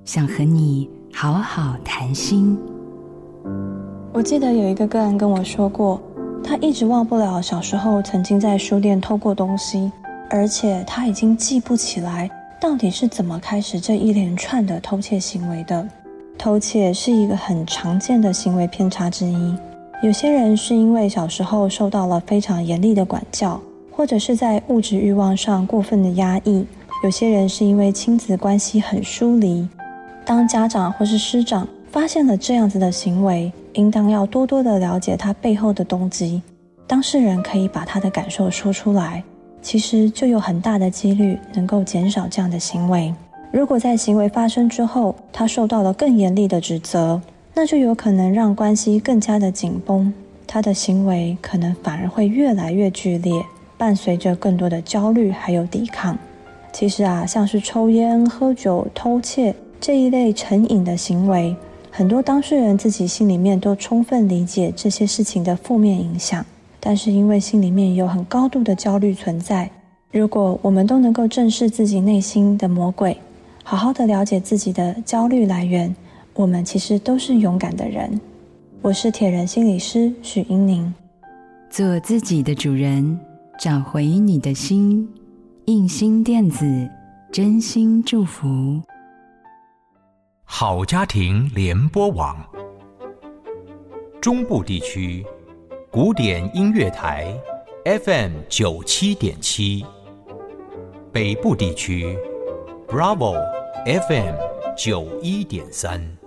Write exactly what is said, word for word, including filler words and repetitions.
想和你好好谈心。 我记得有一个个案跟我说过，他一直忘不了小时候曾经在书店偷过东西，而且他已经记不起来到底是怎么开始这一连串的偷窃行为的。偷窃是一个很常见的行为偏差之一，有些人是因为小时候受到了非常严厉的管教，或者是在物质欲望上过分的压抑，有些人是因为亲子关系很疏离。当家长或是师长发现了这样子的行为，应当要多多的了解他背后的动机，当事人可以把他的感受说出来，其实就有很大的几率能够减少这样的行为。如果在行为发生之后，他受到了更严厉的指责，那就有可能让关系更加的紧绷，他的行为可能反而会越来越剧烈，伴随着更多的焦虑还有抵抗。其实啊，像是抽烟、喝酒、偷窃这一类成瘾的行为，很多当事人自己心里面都充分理解这些事情的负面影响，但是因为心里面有很高度的焦虑存在，如果我们都能够正视自己内心的魔鬼，好好的了解自己的焦虑来源，我们其实都是勇敢的人。我是铁人心理师许英宁。 做自己的主人，找回你的心。映心电子真心祝福。 好家庭联播网，中部地区古典音乐台 F M 九七点七，北部地区 Bravo F M 九一点三。